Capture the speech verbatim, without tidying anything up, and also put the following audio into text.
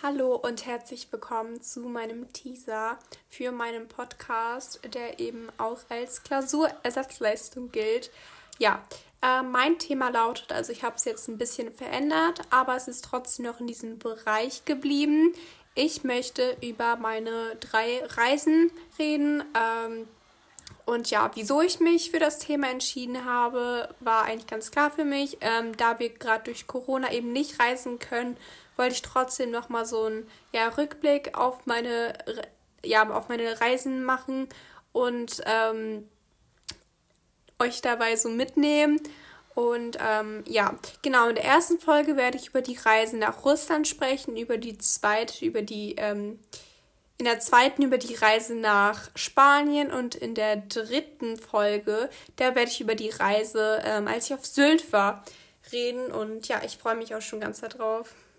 Hallo und herzlich willkommen zu meinem Teaser für meinen Podcast, der eben auch als Klausurersatzleistung gilt. Ja, äh, mein Thema lautet, also ich habe es jetzt ein bisschen verändert, aber es ist trotzdem noch in diesem Bereich geblieben. Ich möchte über meine drei Reisen reden. Ähm, und ja, wieso ich mich für das Thema entschieden habe, war eigentlich ganz klar für mich. Ähm, da wir gerade durch Corona eben nicht reisen können, wollte ich trotzdem nochmal so einen ja, Rückblick auf meine, ja, auf meine Reisen machen und ähm, euch dabei so mitnehmen. Und ähm, ja, genau, in der ersten Folge werde ich über die Reisen nach Russland sprechen, über die zweite, über die ähm, in der zweiten über die Reise nach Spanien und in der dritten Folge, da werde ich über die Reise, ähm, als ich auf Sylt war, reden. Und ja, ich freue mich auch schon ganz darauf.